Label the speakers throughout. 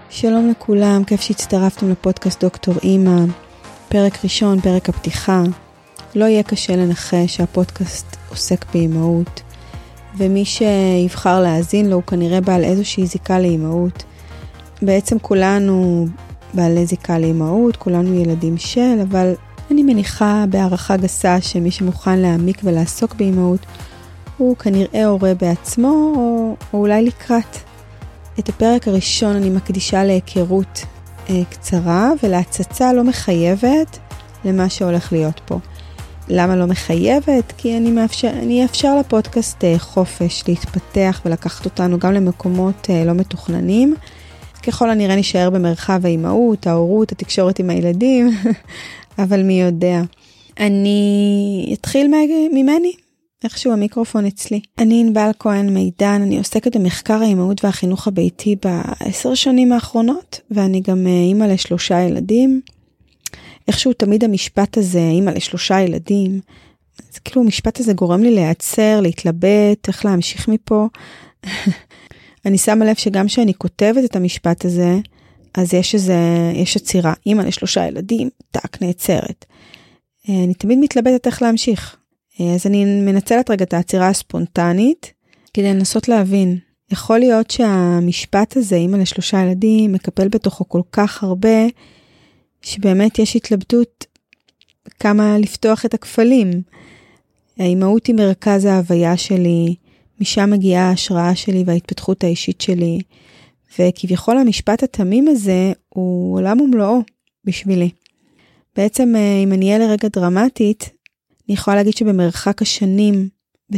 Speaker 1: שלום לכולם, כיף שהצטרפתם לפודקאסט דוקטור אימא. פרק ראשון, פרק הפתיחה. לא יהיה קשה לנחש שהפודקאסט עוסק באימהות, ומי שיבחר להאזין לו הוא כנראה בעל איזושהי זיקה לאימהות. בעצם כולנו בעלי זיקה לאימהות, כולנו ילדים של, אבל אני מניחה בהערכה גסה שמי שמוכן להעמיק ולעסוק באימהות הוא כנראה הורה בעצמו או אולי לקראת. את הפרק הראשון אני מקדישה להיכרות קצרה ולהצצה לא מחייבת למה שהולך להיות פה. למה לא מחייבת? כי אני אאפשר לפודקאסט חופש להתפתח ולקחת אותנו גם למקומות לא מתוכננים. ככל הנראה נשאר במרחב האימהות, ההורות, התקשורת עם הילדים, אבל מי יודע. אני אתחיל ממני. איכשהו המיקרופון אצלי. אני ענבל כהן מידן, אני עוסקת במחקר האימהות והחינוך הביתי ב10 שנים האחרונות, ואני גם אימא ל3 ילדים. איכשהו תמיד המשפט הזה, אימא ל3 ילדים, אז כאילו המשפט הזה גורם לי להיעצר, להתלבט, איך להמשיך מפה. אני שמה לב שגם שאני כותבת את המשפט הזה, אז יש עצירה, אימא ל3 ילדים, טק, נעצרת. אני תמיד מתלבטת איך להמשיך. אז אני מנצלת רגע את העצירה הספונטנית, כדי לנסות להבין. יכול להיות שהמשפט הזה, אימא ל3 ילדים, מקפל בתוכו כל כך הרבה, שבאמת יש התלבטות כמה לפתוח את הכפלים. האימהות היא מרכז ההוויה שלי, משם מגיעה ההשראה שלי וההתפתחות האישית שלי, וכביכול המשפט התמים הזה הוא עולם ומלואו בשבילי. בעצם אם אני אהיה לרגע דרמטית, אני יכולה להגיד שבמרחק השנים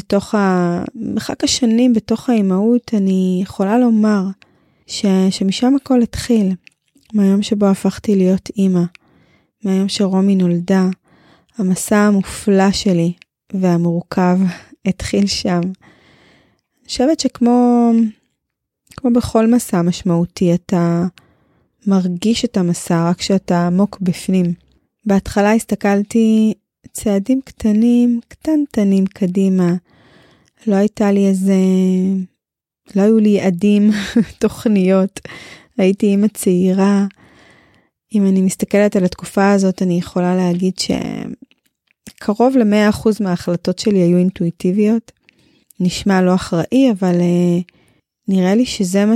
Speaker 1: בתוך האימהות, אני יכולה לומר שמשם הכל התחיל. מהיום שבו הפכתי להיות אימא, מהיום שרומי נולדה, המסע המופלא שלי והמורכב התחיל שם. אני חושבת שכמו בכל מסע משמעותי, אתה מרגיש את המסע רק שאתה עמוק בפנים. בהתחלה הסתכלתי צעדים קטנטנים קדימה. לא היו לי יעדים, תוכניות. הייתי אימא צעירה. אם אני מסתכלת על התקופה הזאת, אני יכולה להגיד שקרוב ל100% מההחלטות שלי היו אינטואיטיביות. נשמע לא אחראי, אבל נראה לי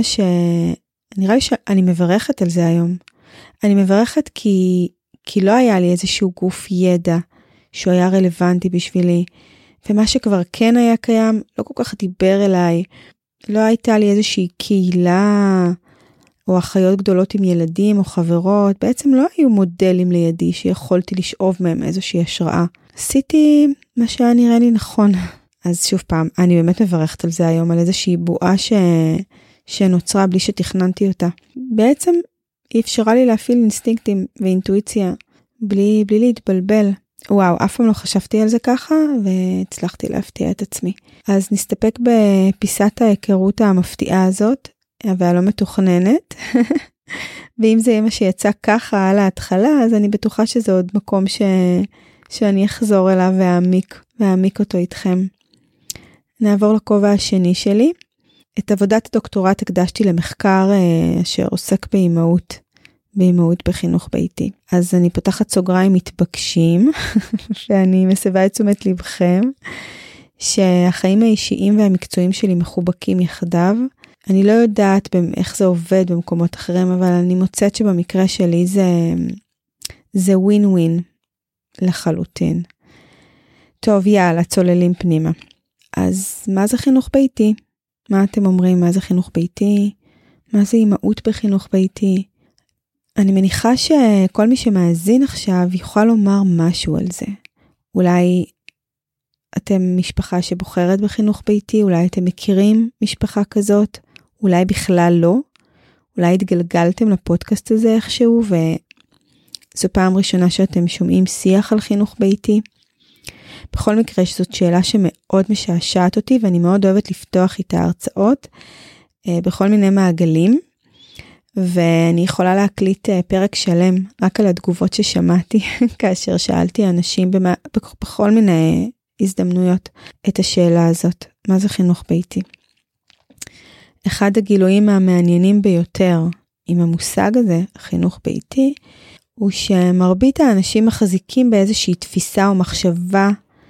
Speaker 1: שאני מברכת על זה היום. אני מברכת כי לא היה לי איזשהו גוף ידע שהוא היה רלוונטי בשבילי, ומה שכבר כן היה קיים לא כל כך דיבר אליי. לא הייתה לי איזושהי קהילה או אחיות גדולות עם ילדים או חברות, בעצם לא היו מודלים לידי שיכולתי לשאוב מהם איזושהי השראה. עשיתי מה שהיה נראה לי נכון. אז שוב פעם, אני באמת מברכת על זה היום, על איזושהי בועה שנוצרה בלי שתכננתי אותה. בעצם היא אפשרה לי להפעיל אינסטינקטים ואינטואיציה בלי להתבלבל. וואו, אף פעם לא חשבתי על זה ככה, והצלחתי להפתיע את עצמי. אז נסתפק בפיסת ההיכרות המפתיעה הזאת, והלא מתוכננת. ואם זה יהיה מה שיצא ככה על ההתחלה, אז אני בטוחה שזה עוד מקום שאני אחזור אליו ואעמיק אותו איתכם. נעבור לכובע השני שלי. את עבודת הדוקטורט הקדשתי למחקר שעוסק באימהות בחינוך ביתי. אז אני פותחת סוגריים מתבקשים, ואני מסבה את תשומת לבכם, שהחיים האישיים והמקצועיים שלי מחובקים יחדיו. אני לא יודעת איך זה עובד במקומות אחרים, אבל אני מוצאת שבמקרה שלי זה ווין ווין לחלוטין. טוב, יאללה, צוללים פנימה. אז מה זה חינוך ביתי? מה אתם אומרים? מה זה חינוך ביתי? מה זה אימהות בחינוך ביתי? אני מניחה שכל מי שמאזין עכשיו יוכל לומר משהו על זה. אולי אתם משפחה שבוחרת בחינוך ביתי, אולי אתם מכירים משפחה כזאת, אולי בכלל לא, אולי התגלגלתם לפודקאסט הזה איכשהו, וזו פעם ראשונה שאתם שומעים שיח על חינוך ביתי. בכל מקרה שזאת שאלה שמאוד משעשעת אותי, ואני מאוד אוהבת לפתוח איתה הרצאות, בכל מיני מעגלים, ואני יכולה להקליט פרק שלם רק על התגובות ששמעתי, כאשר שאלתי אנשים בכל מיני הזדמנויות את השאלה הזאת, מה זה חינוך ביתי? אחד הגילויים המעניינים ביותר עם המושג הזה, חינוך ביתי, הוא שמרבית האנשים מחזיקים באיזושהי תפיסה או מחשבה,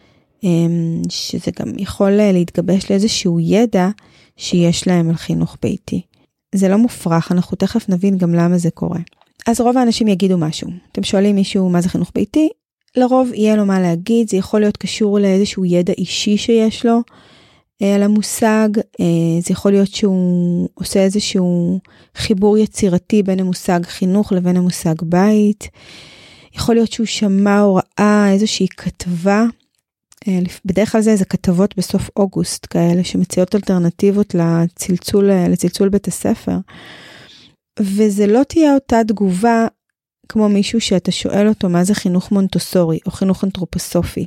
Speaker 1: שזה גם יכול להתגבש לאיזשהו ידע שיש להם על חינוך ביתי. זה לא מופרך, אנחנו תכף נבין גם למה זה קורה. אז רוב האנשים יגידו משהו. אתם שואלים מישהו מה זה חינוך ביתי? לרוב יהיה לו מה להגיד, זה יכול להיות קשור לאיזשהו ידע אישי שיש לו על המושג, זה יכול להיות שהוא עושה איזשהו חיבור יצירתי בין המושג חינוך לבין המושג בית, יכול להיות שהוא שמע או ראה איזושהי כתבה, בדרך כלל זה כתבות בסוף אוגוסט כאלה שמציעות אלטרנטיבות לצלצול בית הספר, וזה לא תהיה אותה תגובה כמו מישהו שאתה שואל אותו מה זה חינוך מונטוסורי או חינוך אנתרופוסופי,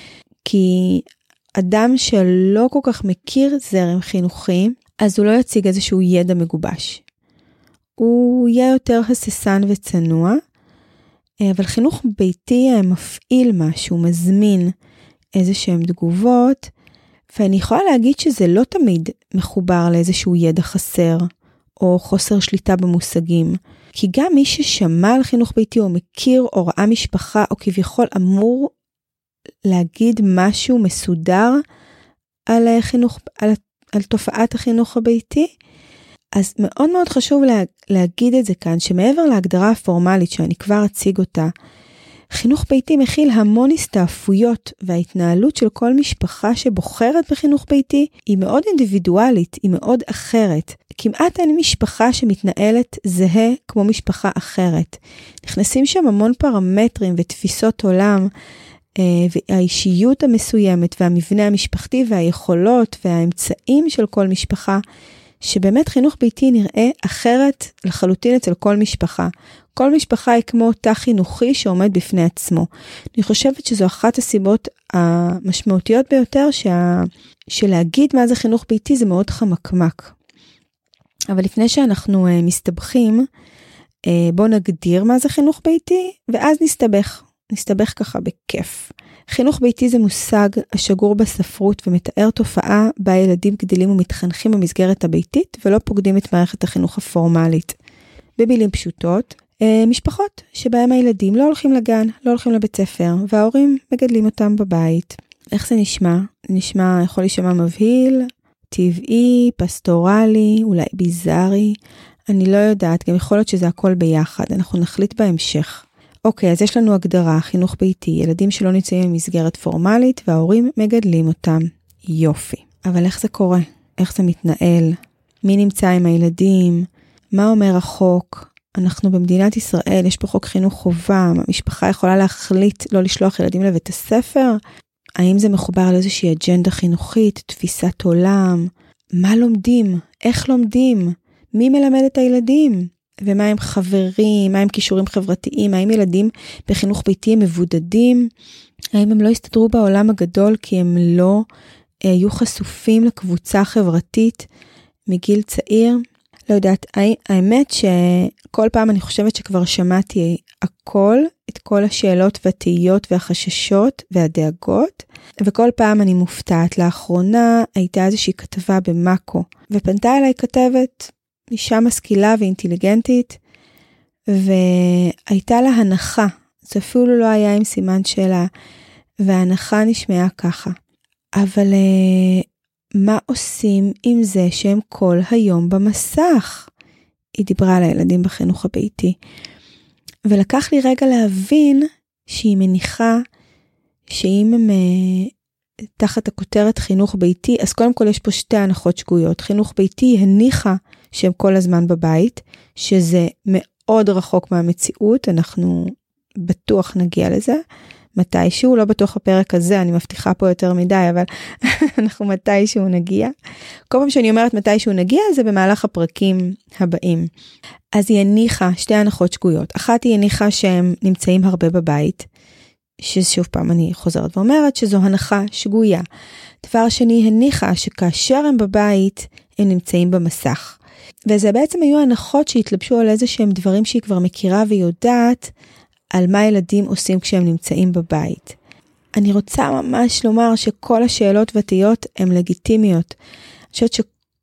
Speaker 1: כי אדם שלא כל כך מכיר זרם חינוכי, אז הוא לא יציג איזשהו ידע מגובש. הוא יהיה יותר הססן וצנוע, אבל חינוך ביתי מפעיל משהו, מזמין איזשהם תגובות, ואני יכולה להגיד שזה לא תמיד מחובר לאיזשהו ידע חסר, או חוסר שליטה במושגים, כי גם מי ששמע על חינוך ביתי, או מכיר, או ראה משפחה, או כביכול אמור להגיד משהו מסודר על תופעת החינוך הביתי, אז מאוד מאוד חשוב להגיד את זה כאן, שמעבר להגדרה הפורמלית שאני כבר אציג אותה, חינוך ביתי מכיל המון הסתעפויות, וההתנהלות של כל משפחה שבוחרת בחינוך ביתי היא מאוד אינדיבידואלית, היא מאוד אחרת. כמעט אין משפחה שמתנהלת זהה כמו משפחה אחרת. נכנסים שם המון פרמטרים ותפיסות עולם, והאישיות המסוימת והמבנה המשפחתי והיכולות והאמצעים של כל משפחה, שבאמת חינוך ביתי נראה אחרת לחלוטין אצל כל משפחה. כל משפחה היא כמו תא חינוכי שעומד בפני עצמו. אני חושבת שזו אחת הסיבות המשמעותיות ביותר שלהגיד מה זה חינוך ביתי זה מאוד חמקמק. אבל לפני שאנחנו מסתבכים, בואו נגדיר מה זה חינוך ביתי ואז נסתבך ככה בכיף. חינוך ביתי זה מושג השגור בספרות ומתאר תופעה בה ילדים גדלים ומתחנכים במסגרת הביתית ולא פוקדים את מערכת החינוך הפורמלית. במילים פשוטות, משפחות שבהם הילדים לא הולכים לגן, לא הולכים לבית ספר, וההורים מגדלים אותם בבית. איך זה נשמע? נשמע, יכול להישמע מבהיל, טבעי, פסטורלי, אולי ביזארי. אני לא יודעת, גם יכול להיות שזה הכל ביחד, אנחנו נחליט בהמשך. אוקיי, אז יש לנו הגדרה, חינוך ביתי, ילדים שלא נמצאים במסגרת פורמלית, וההורים מגדלים אותם. יופי. אבל איך זה קורה? איך זה מתנהל? מי נמצא עם הילדים? מה אומר החוק? אנחנו במדינת ישראל, יש פה חוק חינוך חובה, המשפחה יכולה להחליט לא לשלוח ילדים לבית הספר? האם זה מחובר לאיזושהי אג'נדה חינוכית, תפיסת עולם? מה לומדים? איך לומדים? מי מלמד את הילדים? ומה הם חברים? מה הם כישורים חברתיים? האם ילדים בחינוך ביתי מבודדים? האם הם לא הסתדרו בעולם הגדול כי הם לא יהיו חשופים לקבוצה חברתית מגיל צעיר? לא יודעת, האמת שכל פעם אני חושבת שכבר שמעתי הכל, את כל השאלות והתהיות והחששות והדאגות, וכל פעם אני מופתעת. לאחרונה הייתה איזושהי כתבה במאקו, ופנתה אליי כתבת, אישה משכילה ואינטליגנטית, והייתה לה הנחה, זה אפילו לא היה עם סימן שאלה, וההנחה נשמעה ככה. אבל מה עושים עם זה שהם כל היום במסך? היא דיברה על הילדים בחינוך הביתי. ולקח לי רגע להבין שהיא מניחה שאם הם תחת הכותרת חינוך ביתי, אז קודם כל יש פה שתי הנחות שגויות. חינוך ביתי הניחה שהם כל הזמן בבית, שזה מאוד רחוק מהמציאות, אנחנו בטוח נגיע לזה. מתישהו, לא בתוך הפרק הזה, אני מבטיחה פה יותר מדי, אבל אנחנו מתישהו נגיע. כל פעם שאני אומרת מתישהו נגיע, זה במהלך הפרקים הבאים. אז היא הניחה שתי הנחות שגויות. אחת היא הניחה שהם נמצאים הרבה בבית, ששוב פעם אני חוזרת ואומרת שזו הנחה שגויה. דבר שני, הניחה שכאשר הם בבית, הם נמצאים במסך. וזה בעצם היו הנחות שהתלבשו על איזה שהם דברים שהיא כבר מכירה ויודעת, על מה ילדים עושים כשהם נמצאים בבית. אני רוצה ממש לומר שכל השאלות והתהיות הן לגיטימיות. אני חושבת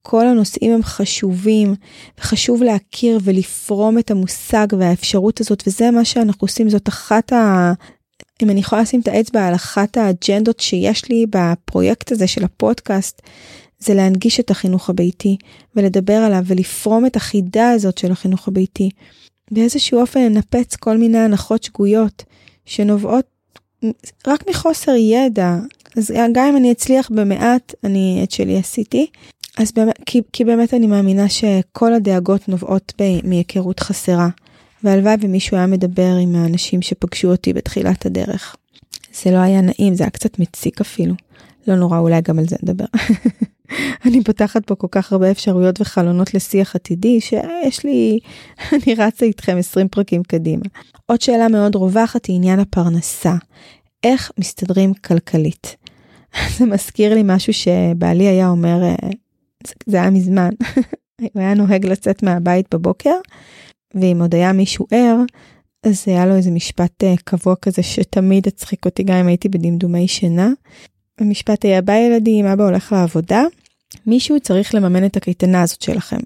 Speaker 1: כל הנושאים הם חשובים, וחשוב להכיר ולפרום את המושג והאפשרות הזאת, וזה מה שאנחנו עושים, זאת אם אני יכולה לשים את האצבע על אחת האג'נדות שיש לי בפרויקט הזה של הפודקאסט, זה להנגיש את החינוך הביתי, ולדבר עליו, ולפרום את החידה הזאת של החינוך הביתי, באיזשהו אופן לנפץ כל מיני הנחות שגויות, שנובעות רק מחוסר ידע. אז גם אם אני אצליח במעט, אני את שלי עשיתי, אז באמת, כי באמת אני מאמינה שכל הדאגות נובעות מהיכרות חסרה, והלוואי ומישהו היה מדבר עם האנשים שפגשו אותי בתחילת הדרך. זה לא היה נעים, זה היה קצת מציק אפילו. לא נורא, אולי גם על זה נדבר. אני פותחת פה כל כך הרבה אפשרויות וחלונות לשיח עתידי, שיש לי, אני רצה איתכם 20 פרקים קדימה. עוד שאלה מאוד רווחת היא עניין הפרנסה. איך מסתדרים כלכלית? זה מזכיר לי משהו שבעלי היה אומר, זה היה מזמן, הוא היה נוהג לצאת מהבית בבוקר, ואם עוד היה מישהו ער, אז היה לו איזה משפט קבוע כזה שתמיד הצחיק אותי, גם אם הייתי בדמדומי שינה. המשפט היה, ביי ילדים, אבא הולך לעבודה, מישהו צריך לממן את הקייטנה הזאת שלכם.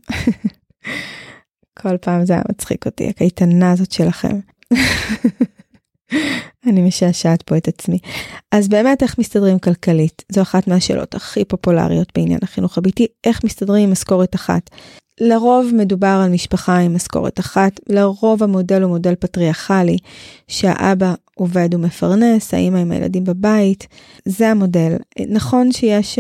Speaker 1: כל פעם זה היה מצחיק אותי, הקייטנה הזאת שלכם. אני משעשעת פה את עצמי. אז באמת איך מסתדרים כלכלית? זו אחת מהשאלות הכי פופולריות בעניין החינוך הביתי, איך מסתדרים עם משכורת אחת? לרוב מדובר על משפחה עם משכורת אחת, לרוב המודל הוא מודל פטריארכלי, שהאבא עובד ומפרנס, האמא עם הילדים בבית, זה המודל. נכון שיש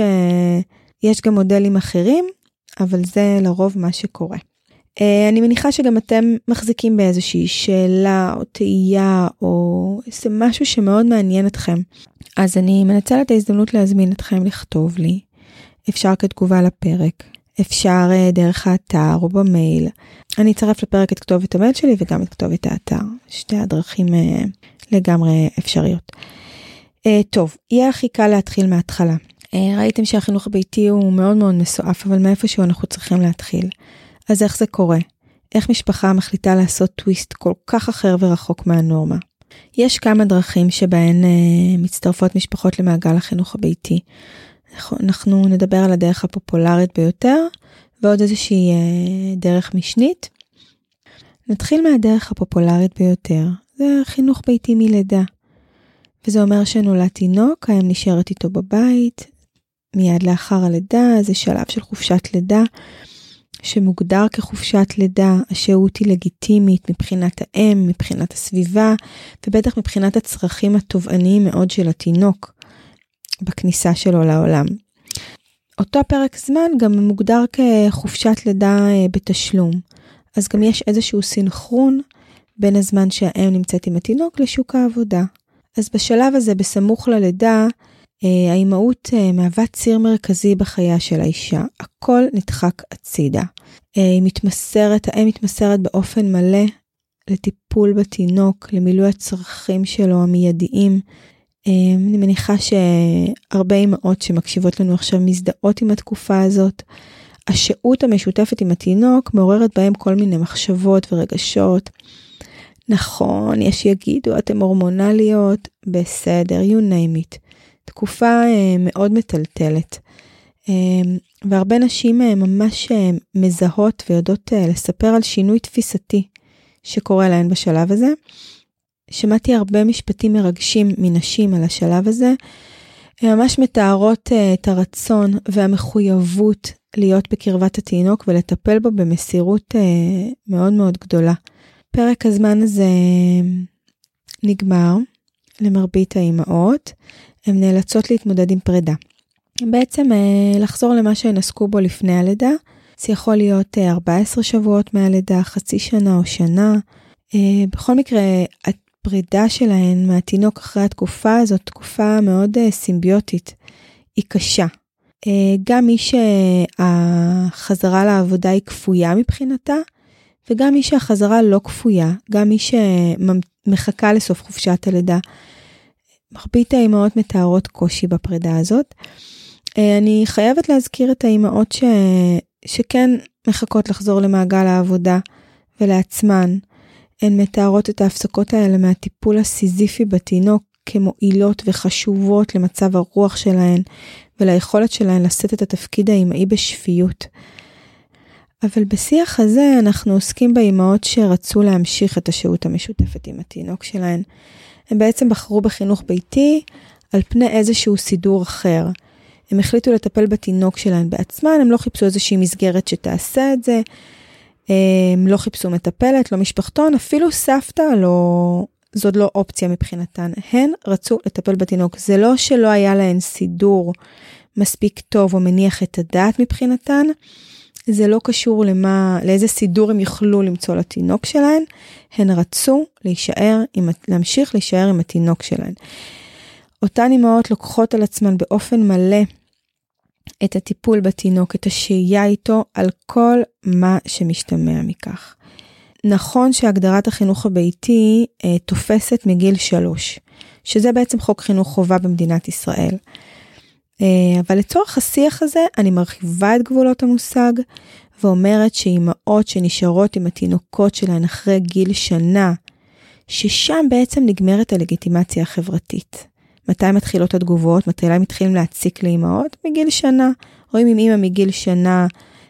Speaker 1: גם מודלים אחרים, אבל זה לרוב מה שקורה. אני מניחה שגם אתם מחזיקים באיזושהי שאלה או תהייה או איזה משהו שמאוד מעניין אתכם. אז אני מנצלת את ההזדמנות להזמין אתכם לכתוב לי. אפשר כתגובה לפרק, אפשר דרך האתר או במייל. אני אצרף לפרק את כתובת המייל שלי וגם את כתובת האתר. שתי הדרכים לגמרי אפשריות. טוב, יהיה הכי קל להתחיל מההתחלה. ראיתם שהחינוך הביתי הוא מאוד מאוד מסועף, אבל מאיפשהו אנחנו צריכים להתחיל. אז איך זה קורה? איך משפחה מחליטה לעשות טוויסט כל כך אחר ורחוק מהנורמה? יש כמה דרכים שבהן מצטרפות משפחות למעגל החינוך הביתי. אנחנו נדבר על הדרך הפופולרית ביותר, ועוד איזושהי דרך משנית. נתחיל מהדרך הפופולרית ביותר. זה חינוך ביתי מלידה. וזה אומר שנולד תינוק, האם נשארת איתו בבית, מיד לאחר הלידה, זה שלב של חופשת לידה, שמוגדר כחופשת לידה, השהות היא לגיטימית מבחינת האם, מבחינת הסביבה, ובטח מבחינת הצרכים התובעניים מאוד של התינוק, בכניסה שלו לעולם. אותו פרק זמן גם מוגדר כחופשת לידה בתשלום, אז גם יש איזשהו סינכרון בין הזמן שהאם נמצאת עם התינוק לשוק העבודה. אז בשלב הזה, בסמוך ללידה, האימהות מהווה ציר מרכזי בחייה של האישה. הכל נדחק הצידה. האם מתמסרת באופן מלא לטיפול בתינוק, למילוי הצרכים שלו המיידיים. אני מניחה שהרבה אימהות שמקשיבות לנו עכשיו מזדהות עם התקופה הזאת. השהות המשותפת עם התינוק מעוררת בהם כל מיני מחשבות ורגשות. נכון, יש יגידו, אתם הורמונליות, בסדר, you name it. תקופה מאוד מטלטלת. והרבה נשים ממש מזהות ויודעות לספר על שינוי תפיסתי שקורה להן בשלב הזה. שמעתי הרבה משפטים מרגשים מנשים על השלב הזה. הן ממש מתארות את הרצון והמחויבות להיות בקרבת התינוק ולטפל בו במסירות מאוד מאוד גדולה. פרק הזמן הזה נגמר למרבית האימהות, הן נאלצות להתמודד עם פרידה. בעצם לחזור למה שהן עסקו בו לפני הלידה, זה יכול להיות 14 שבועות מהלידה, חצי שנה או שנה. בכל מקרה, הפרידה שלהן מהתינוק אחרי התקופה הזאת, תקופה מאוד סימביוטית, היא קשה. גם מי שהחזרה לעבודה היא כפויה מבחינתה, וגם מי שהחזרה לא כפויה, גם מי שמחכה לסוף חופשת הלידה. מרבית האימהות מתארות קושי בפרידה הזאת. אני חייבת להזכיר את האימהות שכן מחכות לחזור למעגל העבודה ולעצמן. הן מתארות את ההפסקות האלה מהטיפול הסיזיפי בתינוק כמועילות וחשובות למצב הרוח שלהן וליכולת שלהן לשאת את התפקיד האימהי בשפיות. אבל בשיח הזה אנחנו עוסקים באימהות שרצו להמשיך את השהות המשותפת עם התינוק שלהן. הם בעצם בחרו בחינוך ביתי על פני איזשהו סידור אחר. הם החליטו לטפל בתינוק שלהן בעצמן, הם לא חיפשו איזושהי מסגרת שתעשה את זה, הם לא חיפשו מטפלת, לא משפחתון, אפילו סבתא, זאת לא אופציה מבחינתן. הן רצו לטפל בתינוק. זה לא שלא היה להן סידור מספיק טוב או מניח את הדעת מבחינתן, זה לא קשור לאיזה סידור הם יוכלו למצוא לתינוק שלהן, הן רצו להמשיך להישאר עם התינוק שלהן. אותן אימהות לוקחות על עצמן באופן מלא את הטיפול בתינוק, את השהייה איתו על כל מה שמשתמע מכך. נכון שהגדרת החינוך הביתי תופסת מגיל 3, שזה בעצם חוק חינוך חובה במדינת ישראל. אבל לצורך השיח הזה אני מרחיבה את גבולות המושג, ואומרת שאימהות שנשארות עם התינוקות שלהן אחרי גיל שנה, ששם בעצם נגמרת הלגיטימציה החברתית. מתי מתחילות התגובות? מתי מתחילים להציק לאימהות? מגיל שנה. רואים אם אימא מגיל שנה,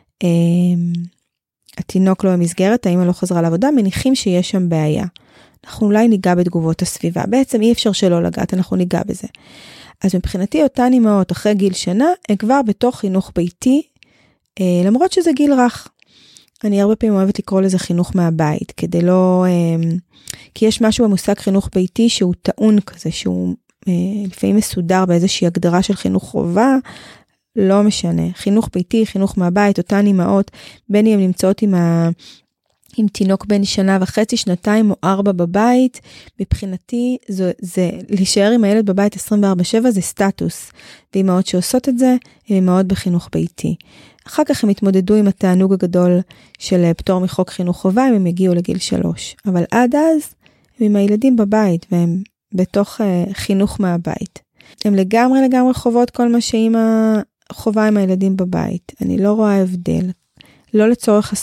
Speaker 1: התינוק לא במסגרת, האמא לא חזרה לעבודה, מניחים שיש שם בעיה. אנחנו אולי ניגע בתגובות הסביבה. בעצם אי אפשר שלא לגעת, אנחנו ניגע בזה. אז מבחינתי אותן אימהות אחרי גיל שנה, הן כבר בתוך חינוך ביתי, למרות שזה גיל רך. אני הרבה פעמים אוהבת לקרוא לזה חינוך מהבית, כדי לא, כי יש משהו במושג חינוך ביתי שהוא טעון כזה, שהוא לפעמים מסודר באיזושהי הגדרה של חינוך חובה, לא משנה. חינוך ביתי, חינוך מהבית, אותן אימהות, בין אם הן נמצאות עם תינוק בן 1.5 שנה, 2 או 4 בבית, מבחינתי זה להישאר עם הילד בבית 24/7 זה סטטוס. ואימהות שעושות את זה, הן אימהות בחינוך ביתי. אחר כך הם התמודדו עם התענוג הגדול של פטור מחוק חינוך חובה, אם הם יגיעו לגיל 3. אבל עד אז, הם עם הילדים בבית, והם בתוך חינוך מהבית. הם לגמרי חוות כל מה שאימא חובה עם הילדים בבית. אני לא רואה הבדל. לא לצורך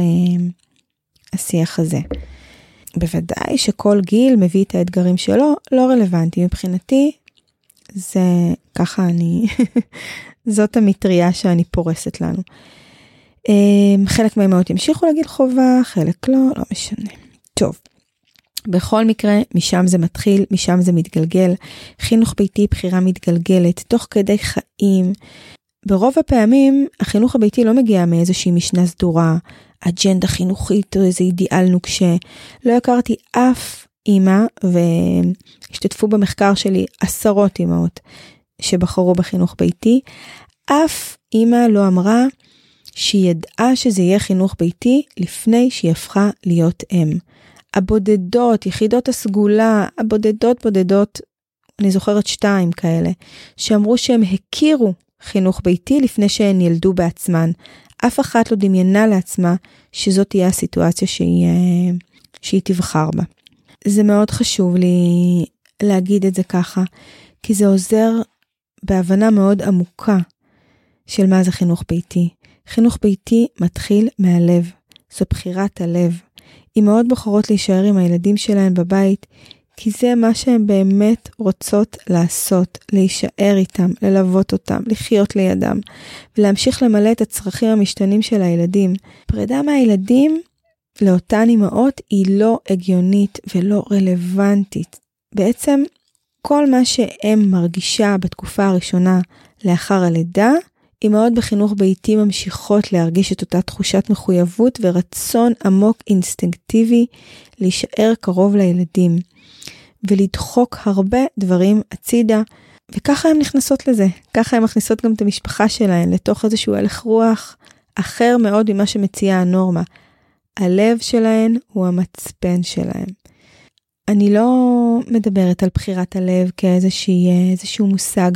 Speaker 1: השיח הזה. בוודאי שכל גיל מביא את האתגרים שלו, לא רלוונטי. מבחינתי, זה ככה זאת המטריה שאני פורסת לנו. חלק מהאימהות ימשיכו לגיל חובה, חלק לא משנה. טוב. בכל מקרה, משם זה מתחיל, משם זה מתגלגל. חינוך ביתי, בחירה מתגלגלת, תוך כדי חיים. ברוב הפעמים, החינוך הביתי לא מגיע מאיזושהי משנה סדורה, אג'נדה חינוכית או איזה אידיאל נוקשה. לא הכרתי אף אימא, והשתתפו במחקר שלי 10 אימהות שבחרו בחינוך ביתי. אף אימא לא אמרה שהיא ידעה שזה יהיה חינוך ביתי לפני שהיא הפכה להיות אם. הבודדות, יחידות הסגולה, הבודדות, אני זוכרת 2 כאלה, שאמרו שהם הכירו חינוך ביתי לפני שהן ילדו בעצמן. אף אחת לא דמיינה לעצמה שזאת תהיה הסיטואציה שהיא תבחר בה. זה מאוד חשוב לי להגיד את זה ככה, כי זה עוזר בהבנה מאוד עמוקה של מה זה חינוך ביתי. חינוך ביתי מתחיל מהלב, זו בחירת הלב. אימהות בוחרות להישאר עם הילדים שלהן בבית, כי זה מה שהן באמת רוצות לעשות, להישאר איתם, ללוות אותם, לחיות לידם, ולהמשיך למלא את הצרכים המשתנים של הילדים. פרידה מהילדים לאותן אימהות היא לא הגיונית ולא רלוונטית. בעצם כל מה שהן מרגישה בתקופה הראשונה לאחר הלידה, אימהות בחינוך ביתי ממשיכות להרגיש את אותה תחושת מחויבות ורצון עמוק אינסטינקטיבי להישאר קרוב לילדים. ולדחוק הרבה דברים הצידה, וככה הן נכנסות לזה. ככה הן מכניסות גם את המשפחה שלהן, לתוך איזשהו הלך רוח אחר מאוד ממה שמציעה הנורמה. הלב שלהן הוא המצפן שלהן. אני לא מדברת על בחירת הלב כאיזשהו מושג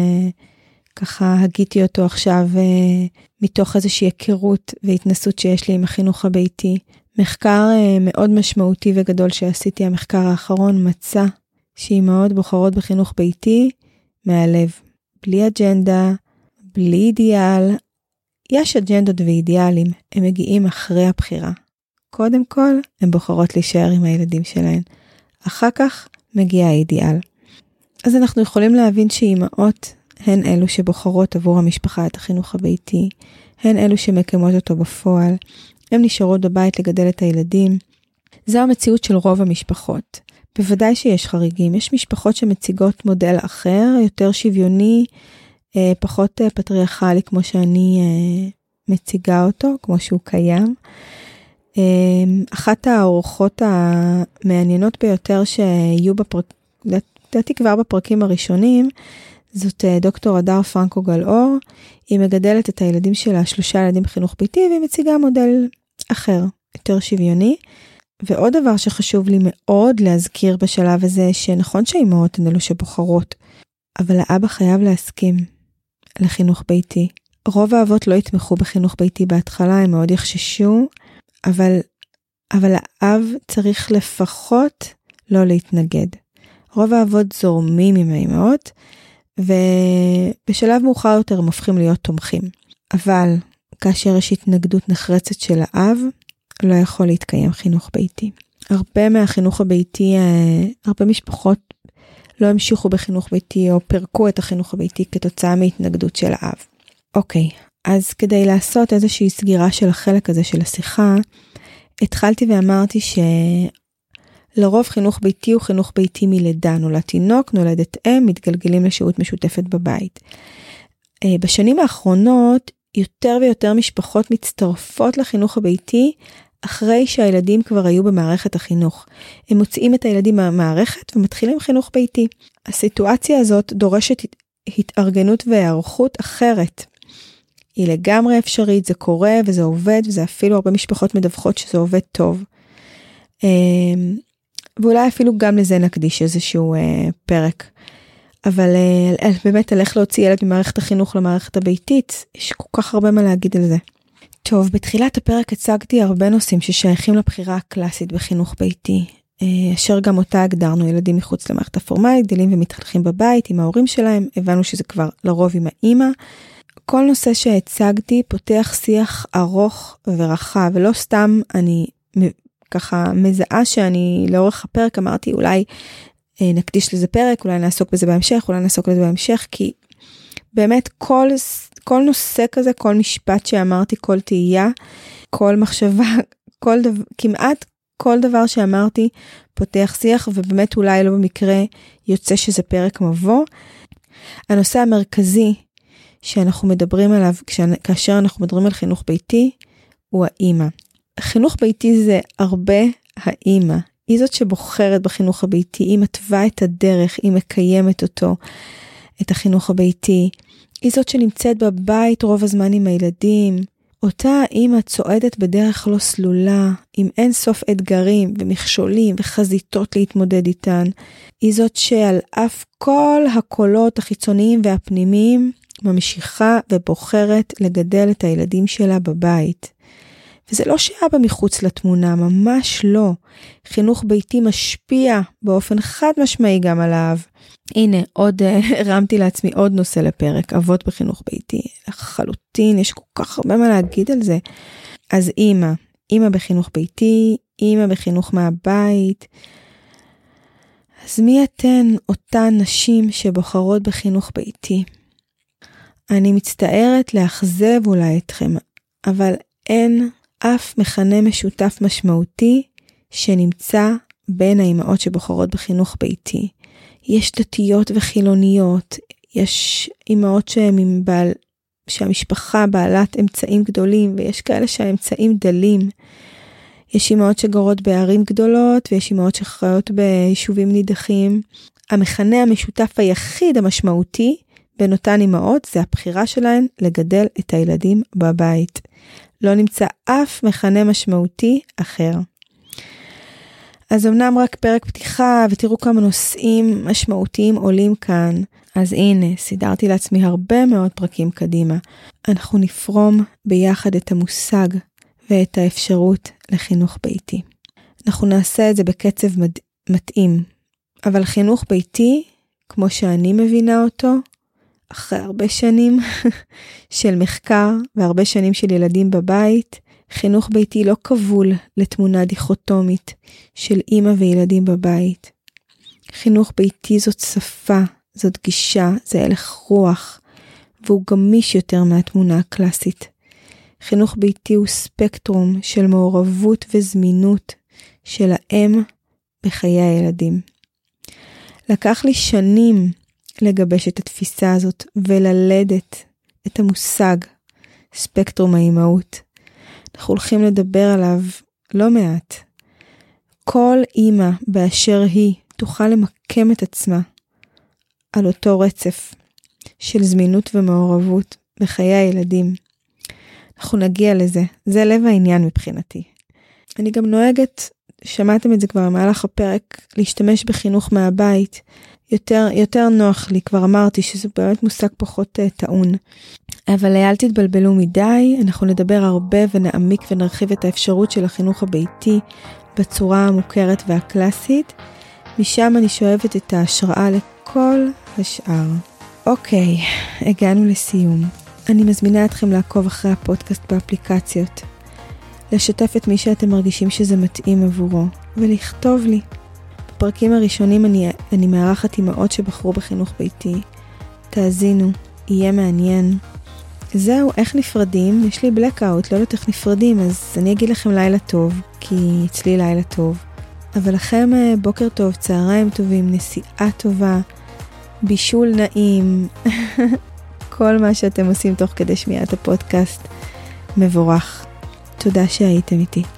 Speaker 1: שככה הגיתי אותו עכשיו מתוך איזושהי היכרות והתנסות שיש לי עם החינוך הביתי. מחקר מאוד משמעותי וגדול שעשיתי, המחקר האחרון מצא שאימהות בוחרות בחינוך ביתי מהלב. בלי אג'נדה, בלי אידיאל. יש אג'נדות ואידיאלים, הם מגיעים אחרי הבחירה. קודם כל, הן בוחרות להישאר עם הילדים שלהן. אחר כך מגיע האידיאל. אז אנחנו יכולים להבין שאימהות הן אלו שבוחרות עבור המשפחה את החינוך הביתי, הן אלו שמקיימות אותו בפועל, הן נשארות בבית לגדל את הילדים. זו המציאות של רוב המשפחות. בוודאי שיש חריגים, יש משפחות שמציגות מודל אחר, יותר שוויוני, פחות פטריארכלי כמו שאני מציגה אותו, כמו שהוא קיים. אחת האורחות המעניינות ביותר שיהיו לדעתי כבר בפרקים הראשונים, זאת דוקטור הדר פרנקו גלאור. היא מגדלת את הילדים שלה, 3 ילדים בחינוך ביתי, והיא מציגה מודל אחר, יותר שוויוני. ועוד דבר שחשוב לי מאוד להזכיר בשלב הזה, שנכון שהאימהות הן אלו שבוחרות, אבל האבא חייב להסכים לחינוך ביתי. רוב האבות לא יתמכו בחינוך ביתי בהתחלה, הם מאוד יחששו, אבל האב צריך לפחות לא להתנגד. רוב האבות זורמים עם האימהות, ובשלב מאוחר יותר הם הופכים להיות תומכים. אבל כאשר יש התנגדות נחרצת של האב, לא יכול להתקיים חינוך ביתי. הרבה מהחינוך הביתי, הרבה משפחות לא המשיכו בחינוך ביתי או פרקו את החינוך הביתי כתוצאה מהתנגדות של האב. אוקיי, אז כדי לעשות איזושהי סגירה של החלק הזה של השיחה, התחלתי ואמרתי שלרוב חינוך ביתי הוא חינוך ביתי מלידה, נולד תינוק, נולדת אם, מתגלגלים לשהות משותפת בבית. בשנים האחרונות, יותר ויותר משפחות מצטרפות לחינוך הביתי, אחרי שהילדים כבר היו במערכת החינוך. הם מוציאים את הילדים מהמערכת ומתחילים חינוך ביתי. הסיטואציה הזאת דורשת התארגנות והיערכות אחרת. היא לגמרי אפשרית, זה קורה וזה עובד, וזה אפילו הרבה משפחות מדווחות שזה עובד טוב. ואולי אפילו גם לזה נקדיש איזשהו פרק. אבל באמת הלך להוציא ילד ממערכת החינוך למערכת הביתית, יש כל כך הרבה מה להגיד על זה. טוב, בתחילת הפרק הצגתי הרבה נושאים ששייכים לבחירה הקלאסית בחינוך ביתי, אשר גם אותה הגדרנו, ילדים מחוץ למערכת הפורמלית, גדלים ומתחנכים בבית עם ההורים שלהם, הבנו שזה כבר לרוב עם האמא. כל נושא שהצגתי פותח שיח ארוך ורחב, ולא סתם אני ככה מזהה שאני לאורך הפרק אמרתי אולי נקדיש לזה פרק, אולי נעסוק בזה בהמשך, כי באמת כל נושא כזה, כל משפט שאמרתי, כל תהייה, כל מחשבה, כמעט כל דבר שאמרתי פותח שיח, ובאמת אולי לא במקרה יוצא שזה פרק מבוא. הנושא המרכזי שאנחנו מדברים עליו, כאשר אנחנו מדברים על חינוך ביתי, הוא האמא. חינוך ביתי זה הרבה האמא. היא זאת שבוחרת בחינוך הביתי, היא מתווה את הדרך, היא מקיימת אותו, את החינוך הביתי. היא זאת שנמצאת בבית רוב הזמן עם הילדים. אותה האמא צועדת בדרך לא סלולה, עם אין סוף אתגרים ומכשולים וחזיתות להתמודד איתן. היא זאת שעל אף כל הקולות החיצוניים והפנימיים, ממשיכה ובוחרת לגדל את הילדים שלה בבית. וזה לא שאבא מחוץ לתמונה, ממש לא. חינוך ביתי משפיע באופן חד משמעי גם עליו. הנה, הרמתי לעצמי עוד נושא לפרק, אבות בחינוך ביתי. לחלוטין, יש כל כך הרבה מה להגיד על זה. אז אמא בחינוך ביתי, אמא בחינוך מהבית. אז מי אתן אותן נשים שבוחרות בחינוך ביתי? אני מצטערת לאכזב אולי אתכם, אבל אין אף מכנה משותף משמעותי שנמצא בין האימהות שבוחרות בחינוך ביתי. יש דתיות וחילוניות, יש אימהות שהמשפחה בעלת אמצעים גדולים, ויש כאלה שהאמצעים דלים. יש אימהות שגורות בערים גדולות, ויש אימהות שחיות ביישובים נידחים. המכנה המשותף היחיד המשמעותי בין אותן אימהות, זה הבחירה שלהן לגדל את הילדים בבית. לא נמצא אף מכנה משמעותי אחר. אז אמנם רק פרק פתיחה, ותראו כמה נושאים משמעותיים עולים כאן. אז הנה, סידרתי לעצמי הרבה מאוד פרקים קדימה. אנחנו נפרום ביחד את המושג ואת האפשרות לחינוך ביתי. אנחנו נעשה את זה בקצב מתאים. אבל חינוך ביתי, כמו שאני מבינה אותו, אחרי הרבה שנים של מחקר והרבה שנים של ילדים בבית, חינוך ביתי לא כבול לתמונה דיכוטומית של אמא וילדים בבית. חינוך ביתי זאת שפה, זאת גישה, זה הלך רוח, והוא גמיש יותר מהתמונה הקלאסית. חינוך ביתי הוא ספקטרום של מעורבות וזמינות של האם בחיי הילדים. לקח לי שנים לגבש את התפיסה הזאת וללדת את המושג ספקטרום האימהות. אנחנו הולכים לדבר עליו לא מעט. כל אימא באשר היא תוכל למקם את עצמה על אותו רצף של זמינות ומעורבות בחיי הילדים. אנחנו נגיע לזה, זה לב העניין מבחינתי. אני גם נוהגת, שמעתם את זה כבר במהלך הפרק, להשתמש בחינוך מהבית. יותר נוח לי, כבר אמרתי שזה באמת מושג פחות טעון. אבל אל תתבלבלו מדי, אנחנו נדבר הרבה ונעמיק ונרחיב את האפשרות של החינוך הביתי בצורה המוכרת והקלאסית. משם אני שואבת את ההשראה לכל השאר. אוקיי, הגענו לסיום. אני מזמינה אתכם לעקוב אחרי הפודקאסט באפליקציות, לשתף את מי שאתם מרגישים שזה מתאים עבורו, ולכתוב לי. בפרקים הראשונים אני מארחת אימהות שבחרו בחינוך ביתי. תאזינו, יהיה מעניין. זהו, איך נפרדים? יש לי בלקאוט, לא יודעת איך נפרדים, אז אני אגיד לכם לילה טוב, כי אצלי לילה טוב. אבל לכם בוקר טוב, צהריים טובים, נסיעה טובה, בישול נעים, כל מה שאתם עושים תוך כדי שמיעת הפודקאסט מבורך. תודה שהייתם איתי.